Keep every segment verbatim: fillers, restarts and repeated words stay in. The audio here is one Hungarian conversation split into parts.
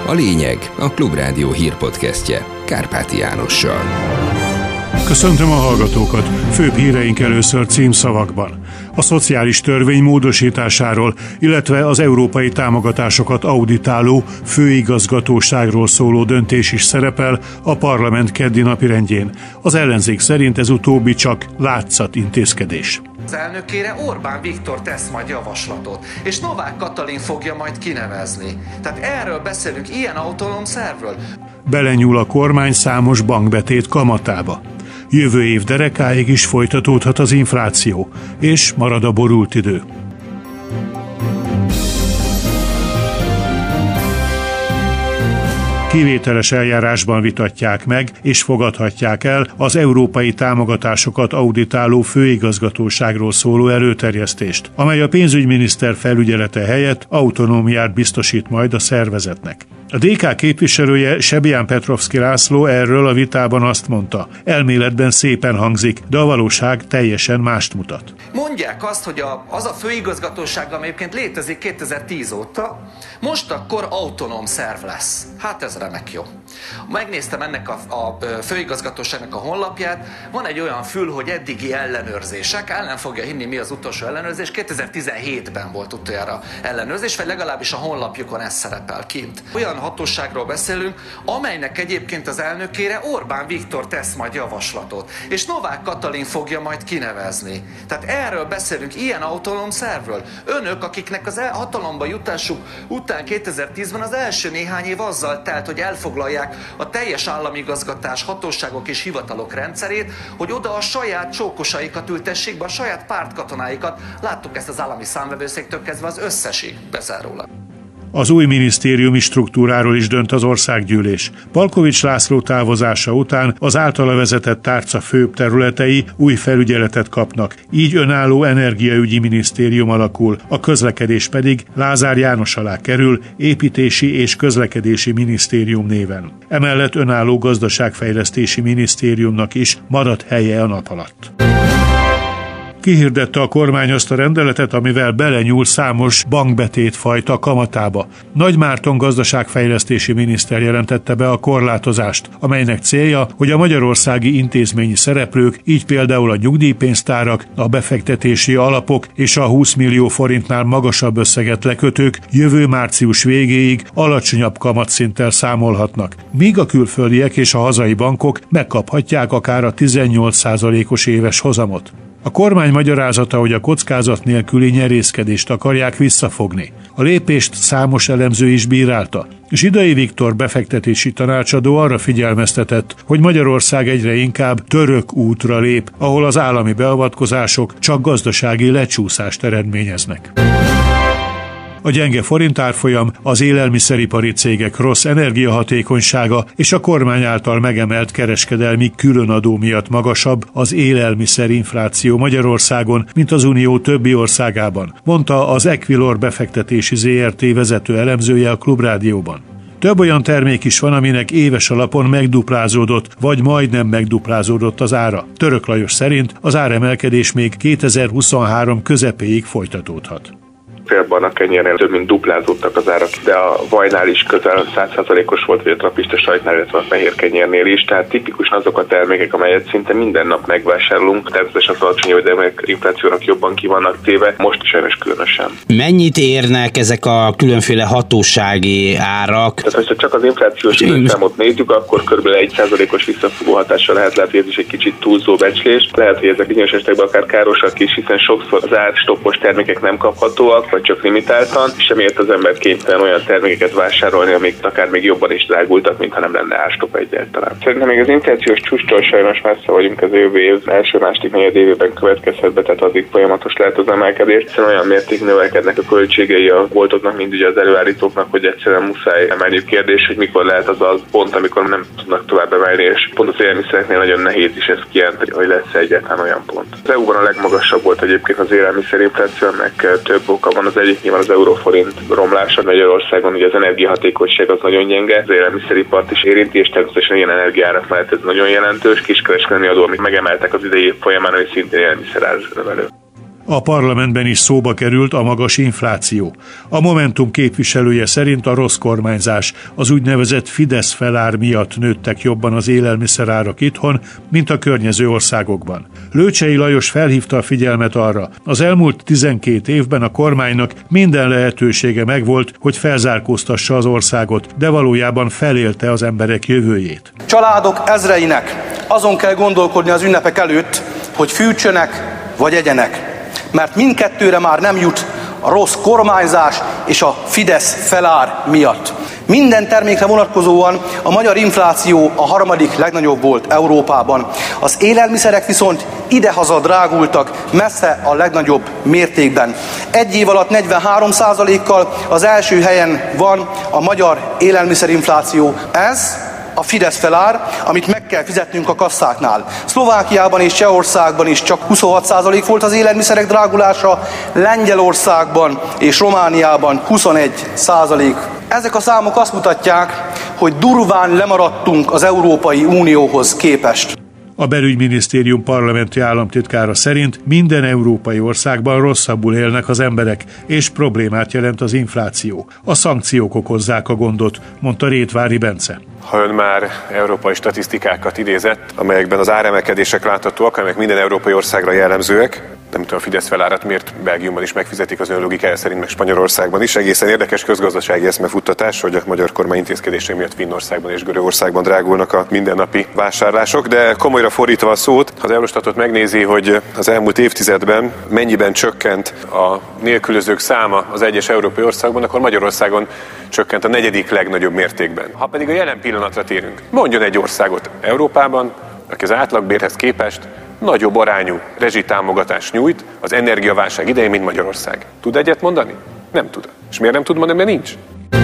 A lényeg a Klubrádió hírpodcastje Kárpáti Jánossal. Köszöntöm a hallgatókat! Főbb híreink először címszavakban. A szociális törvény módosításáról, illetve az európai támogatásokat auditáló főigazgatóságról szóló döntés is szerepel a parlament keddi napirendjén. Az ellenzék szerint ez utóbbi csak látszat intézkedés. Az elnökére Orbán Viktor tesz majd javaslatot, és Novák Katalin fogja majd kinevezni. Tehát erről beszélünk, ilyen autonóm szervről. Belenyúl a kormány számos bankbetét kamatába. Jövő év derekáig is folytatódhat az infláció, és marad a borult idő. Kivételes eljárásban vitatják meg és fogadhatják el az európai támogatásokat auditáló főigazgatóságról szóló előterjesztést, amely a pénzügyminiszter felügyelete helyett autonómiát biztosít majd a szervezetnek. A dé ká képviselője Sebján Petrovszky László erről a vitában azt mondta, elméletben szépen hangzik, de a valóság teljesen mást mutat. Mondják azt, hogy a, az a főigazgatóság, ami egyébként létezik kétezer-tíz óta, most akkor autonóm szerv lesz. Hát ez remek jó. Megnéztem ennek a, a főigazgatóságnak a honlapját, van egy olyan fül, hogy eddigi ellenőrzések, el nem fogja hinni, mi az utolsó ellenőrzés, kétezer-tizenhétben volt utoljára ellenőrzés, vagy legalábbis a honlapjukon ez szerepel kint. Olyan hatóságról beszélünk, amelynek egyébként az elnökére Orbán Viktor tesz majd javaslatot, és Novák Katalin fogja majd kinevezni. Tehát erről beszélünk, ilyen autonóm szervről. Önök, akiknek az hatalomba jutásuk után kétezer-tízben az első néhány év azzal telt, hogy elfoglalják a teljes államigazgatás, hatóságok és hivatalok rendszerét, hogy oda a saját csókosaikat ültessék be, a saját pártkatonáikat. Láttuk ezt az állami számvevőszéktől kezdve az összesig bezárólag. Az új minisztériumi struktúráról is dönt az országgyűlés. Palkovics László távozása után az általa vezetett tárca főbb területei új felügyeletet kapnak, így önálló energiaügyi minisztérium alakul, a közlekedés pedig Lázár János alá kerül, építési és közlekedési minisztérium néven. Emellett önálló gazdaságfejlesztési minisztériumnak is marad helye a nap alatt. Kihirdette a kormány azt a rendeletet, amivel belenyúl számos bankbetétfajta kamatába. Nagy Márton gazdaságfejlesztési miniszter jelentette be a korlátozást, amelynek célja, hogy a magyarországi intézményi szereplők, így például a nyugdíjpénztárak, a befektetési alapok és a húsz millió forintnál magasabb összeget lekötők jövő március végéig alacsonyabb kamatszinttel számolhatnak, míg a külföldiek és a hazai bankok megkaphatják akár a tizennyolc százalékos éves hozamot. A kormány magyarázata, hogy a kockázat nélküli nyerészkedést akarják visszafogni. A lépést számos elemző is bírálta. Zsidai Viktor befektetési tanácsadó arra figyelmeztetett, hogy Magyarország egyre inkább török útra lép, ahol az állami beavatkozások csak gazdasági lecsúszást eredményeznek. A gyenge forint árfolyam, az élelmiszeripari cégek rossz energiahatékonysága és a kormány által megemelt kereskedelmi különadó miatt magasabb az élelmiszerinfláció Magyarországon, mint az Unió többi országában, mondta az Equilor befektetési zé er té vezető elemzője a Klubrádióban. Több olyan termék is van, aminek éves alapon megduplázódott, vagy majdnem megduplázódott az ára. Török Lajos szerint az áremelkedés még kétezer-huszonhárom közepéig folytatódhat. Célban kenyérnél több mint duplázódtak az árak, de a vajnál is közel száz százalékos volt, vagy a trapista sajtnál, illetve a fehér kenyérnél is, tehát tipikusan azok a termékek, amelyet szinte minden nap megvásárolunk, természetesen az alacsony jövedelmek inflációnak jobban ki vannak téve, most sajnos különösen. Mennyit érnek ezek a különféle hatósági árak? Tehát, hogyha csak az inflációs számot nézzük, akkor kb. egy százalékos visszafogó hatással lehet, lehet, hogy ez is egy kicsit túlzó becslés. Lehet, hogy ezek bizonyos esetekben akár károsak is, hiszen sokszor az árstoppos termékek nem kaphatóak, vagy csak limitáltan, és emiatt az ember kénytelen olyan termékeket vásárolni, amik akár még jobban is drágultak, mintha nem lenne árstopp egyáltalán. Szerintem még az inflációs csúcstól sajnos messze vagyunk, az jövő év első-második negyedévében következhet be, tehát addig folyamatos lehet az emelkedés, hiszen olyan mértékig növekednek a költségei a boltoknak, mint ugye az előállítóknak, hogy egyszerűen muszáj emelniük. Kérdés, hogy mikor lehet az az pont, amikor nem tudnak tovább emelni, és pont az élelmiszereknél nagyon nehéz is ezt kijelenteni, hogy lesz egyáltalán olyan pont. Az é u-ban a legmagasabb volt egyébként az élelmiszerinfláció, ennek több oka van. Az egyik nyilván az euróforint romlása. Magyarországon ugye az energiahatékonyság az nagyon gyenge, az élelmiszeripart is érinti, és természetesen ilyen energiárak mellett ez nagyon jelentős. Kiskereskedelmi adó, amit megemeltek az idei év folyamán, hogy szintén élelmiszerár növelő. A parlamentben is szóba került a magas infláció. A Momentum képviselője szerint a rossz kormányzás, az úgynevezett Fidesz felár miatt nőttek jobban az élelmiszerárak itthon, mint a környező országokban. Lőcsei Lajos felhívta a figyelmet arra, az elmúlt tizenkét évben a kormánynak minden lehetősége megvolt, hogy felzárkóztassa az országot, de valójában felélte az emberek jövőjét. Családok ezreinek azon kell gondolkodni az ünnepek előtt, hogy fűtsönek vagy egyenek, mert mindkettőre már nem jut a rossz kormányzás és a Fidesz felár miatt. Minden termékre vonatkozóan a magyar infláció a harmadik legnagyobb volt Európában. Az élelmiszerek viszont idehaza drágultak messze a legnagyobb mértékben. Egy év alatt negyvenhárom százalékkal az első helyen van a magyar élelmiszerinfláció. Ez a Fidesz felár, amit meg kell fizetnünk a kasszáknál. Szlovákiában és Csehországban is csak huszonhat százalék volt az élelmiszerek drágulása, Lengyelországban és Romániában huszonegy százalék. Ezek a számok azt mutatják, hogy durván lemaradtunk az Európai Unióhoz képest. A belügyminisztérium parlamenti államtitkára szerint minden európai országban rosszabbul élnek az emberek, és problémát jelent az infláció. A szankciók okozzák a gondot, mondta Rétvári Bence. Ha ön már európai statisztikákat idézett, amelyekben az áremelkedések láthatóak, amelyek minden európai országra jellemzőek, nem tudom, a Fidesz felárat miért Belgiumban is megfizetik az ön logikája szerint, meg Spanyolországban is. Egészen érdekes közgazdasági eszmefuttatás, hogy a magyar kormány intézkedései miatt Finnországban és Görögországban drágulnak a mindennapi vásárlások, de komolyra fordítva a szót, ha az Eurostatot megnézi, hogy az elmúlt évtizedben mennyiben csökkent a nélkülözők száma az egyes európai országban, akkor Magyarországon csökkent a negyedik legnagyobb mértékben. Ha pedig a jelen pillanatra térünk, mondjon egy országot Európában, aki az átlagbérhez képest nagyobb arányú rezsitámogatást nyújt az energiaválság idején, mint Magyarország. Tud egyet mondani? Nem tud. És miért nem tud mondani, mert nincs?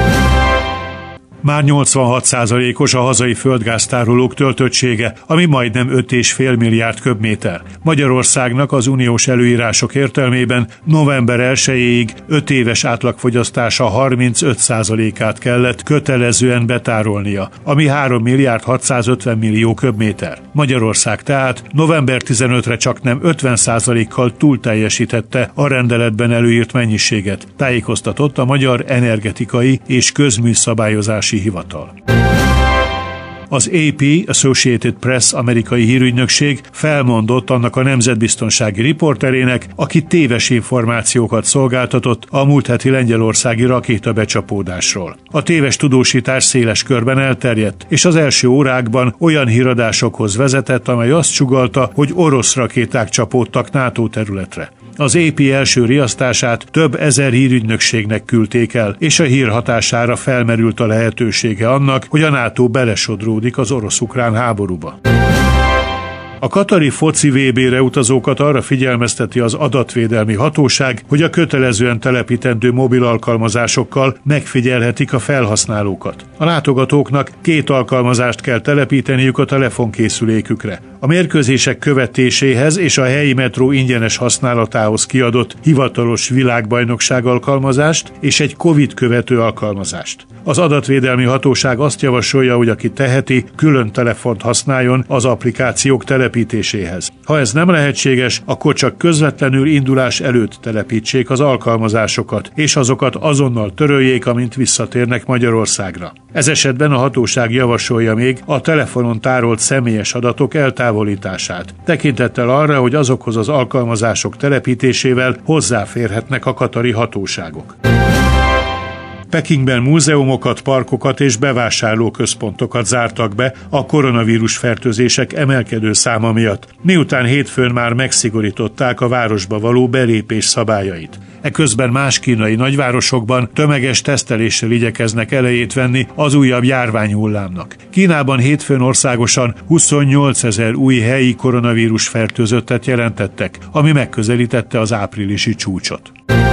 Már nyolcvanhat százalékos a hazai földgáztárolók töltöttsége, ami majdnem öt egész öt milliárd köbméter. Magyarországnak az uniós előírások értelmében november elsejéig öt éves átlagfogyasztása harmincöt százalékát kellett kötelezően betárolnia, ami három milliárd hatszázötven millió köbméter. Magyarország tehát november tizenötödikére csak nem ötven százalékkal túlteljesítette a rendeletben előírt mennyiséget, tájékoztatott a Magyar Energetikai és Közműszabályozási Hivatal. Az á pé, Associated Press amerikai hírügynökség felmondott annak a nemzetbiztonsági riporterének, aki téves információkat szolgáltatott a múlt heti lengyelországi rakétabecsapódásról. A téves tudósítás széles körben elterjedt, és az első órákban olyan híradásokhoz vezetett, amely azt sugallta, hogy orosz rakéták csapódtak NATO területre. Az á pé első riasztását több ezer hírügynökségnek küldték el, és a hír hatására felmerült a lehetősége annak, hogy a NATO belesodródik az orosz-ukrán háborúba. A katari foci vé bére utazókat arra figyelmezteti az adatvédelmi hatóság, hogy a kötelezően telepítendő mobil alkalmazásokkal megfigyelhetik a felhasználókat. A látogatóknak két alkalmazást kell telepíteniük a telefonkészülékükre. A mérkőzések követéséhez és a helyi metró ingyenes használatához kiadott hivatalos világbajnokság alkalmazást és egy Covid követő alkalmazást. Az adatvédelmi hatóság azt javasolja, hogy aki teheti, külön telefont használjon az applikációk telepítéséhez. Ha ez nem lehetséges, akkor csak közvetlenül indulás előtt telepítsék az alkalmazásokat, és azokat azonnal töröljék, amint visszatérnek Magyarországra. Ez esetben a hatóság javasolja még a telefonon tárolt személyes adatok eltávolítását, tekintettel arra, hogy azokhoz az alkalmazások telepítésével hozzáférhetnek a katari hatóságok. Pekingben múzeumokat, parkokat és bevásárlóközpontokat zártak be a koronavírus fertőzések emelkedő száma miatt, miután hétfőn már megszigorították a városba való belépés szabályait. Eközben más kínai nagyvárosokban tömeges teszteléssel igyekeznek elejét venni az újabb járványhullámnak. Kínában hétfőn országosan huszonnyolcezer új helyi koronavírus fertőzöttet jelentettek, ami megközelítette az áprilisi csúcsot.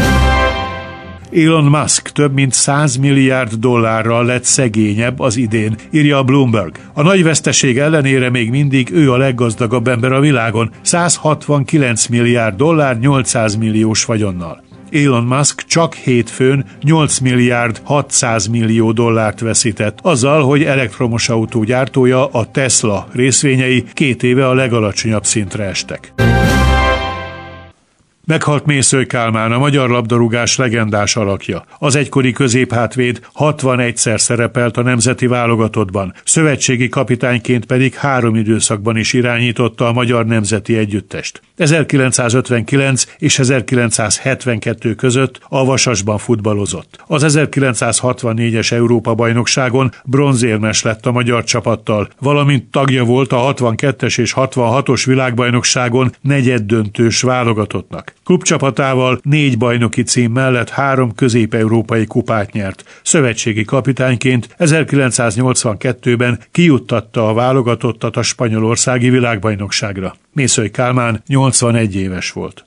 Elon Musk több mint száz milliárd dollárral lett szegényebb az idén, írja a Bloomberg. A nagy veszteség ellenére még mindig ő a leggazdagabb ember a világon, száz hatvankilenc milliárd dollár nyolcszáz milliós vagyonnal. Elon Musk csak hétfőn nyolc milliárd hatszáz millió dollárt veszített, azzal, hogy elektromos autó gyártója, a Tesla részvényei két éve a legalacsonyabb szintre estek. Meghalt Mészöly Kálmán, a magyar labdarúgás legendás alakja. Az egykori középhátvéd hatvanegyszer szerepelt a nemzeti válogatottban, szövetségi kapitányként pedig három időszakban is irányította a magyar nemzeti együttest. ezerkilencszázötvenkilenc és ezerkilencszázhetvenkettő között a Vasasban futballozott. Az ezerkilencszázhatvannégyes Európa-bajnokságon bronzérmes lett a magyar csapattal, valamint tagja volt a hatvankettes és hatvanhatos világbajnokságon negyeddöntős válogatottnak. Klubcsapatával négy bajnoki cím mellett három közép-európai kupát nyert. Szövetségi kapitányként ezerkilencszáznyolcvankettőben kijuttatta a válogatottat a spanyolországi világbajnokságra. Mészöly Kálmán nyolcvanegy éves volt.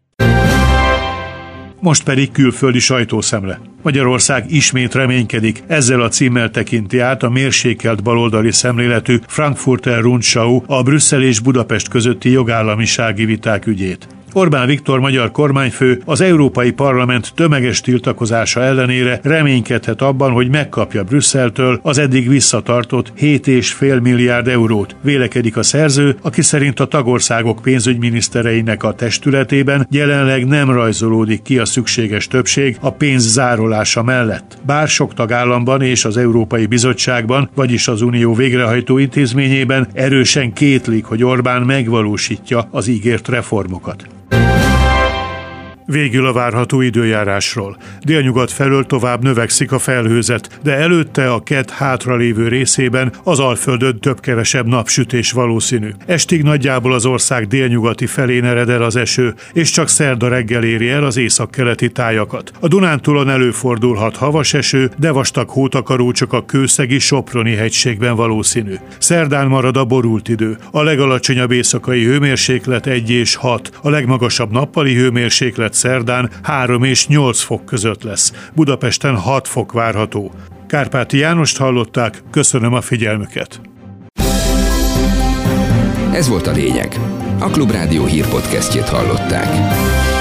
Most pedig külföldi sajtószemle. Magyarország ismét reménykedik, ezzel a címmel tekinti át a mérsékelt baloldali szemléletű Frankfurter Rundschau a Brüsszel és Budapest közötti jogállamisági viták ügyét. Orbán Viktor magyar kormányfő az Európai Parlament tömeges tiltakozása ellenére reménykedhet abban, hogy megkapja Brüsszeltől az eddig visszatartott hét egész öt milliárd eurót. Vélekedik a szerző, aki szerint a tagországok pénzügyminisztereinek a testületében jelenleg nem rajzolódik ki a szükséges többség a pénz zárolása mellett. Bár sok tagállamban és az Európai Bizottságban, vagyis az Unió végrehajtó intézményében erősen kétlik, hogy Orbán megvalósítja az ígért reformokat. Végül a várható időjárásról. Délnyugat felől tovább növekszik a felhőzet, de előtte a kedd hátralévő részében az Alföldön több-kevesebb napsütés valószínű. Estig nagyjából az ország délnyugati felén ered el az eső, és csak szerda reggel éri el az északkeleti tájakat. A Dunántúlon előfordulhat havas eső, de vastag hótakaró csak a kőszegi Soproni hegységben valószínű. Szerdán marad a borult idő. A legalacsonyabb éjszakai hőmérséklet egy és hat, a legmagasabb nappali hőmérséklet szerdán három és nyolc fok között lesz. Budapesten hat fok várható. Kárpáti Jánost hallották, köszönöm a figyelmüket. Ez volt a lényeg. A Klubrádió hírpodcastjét hallották.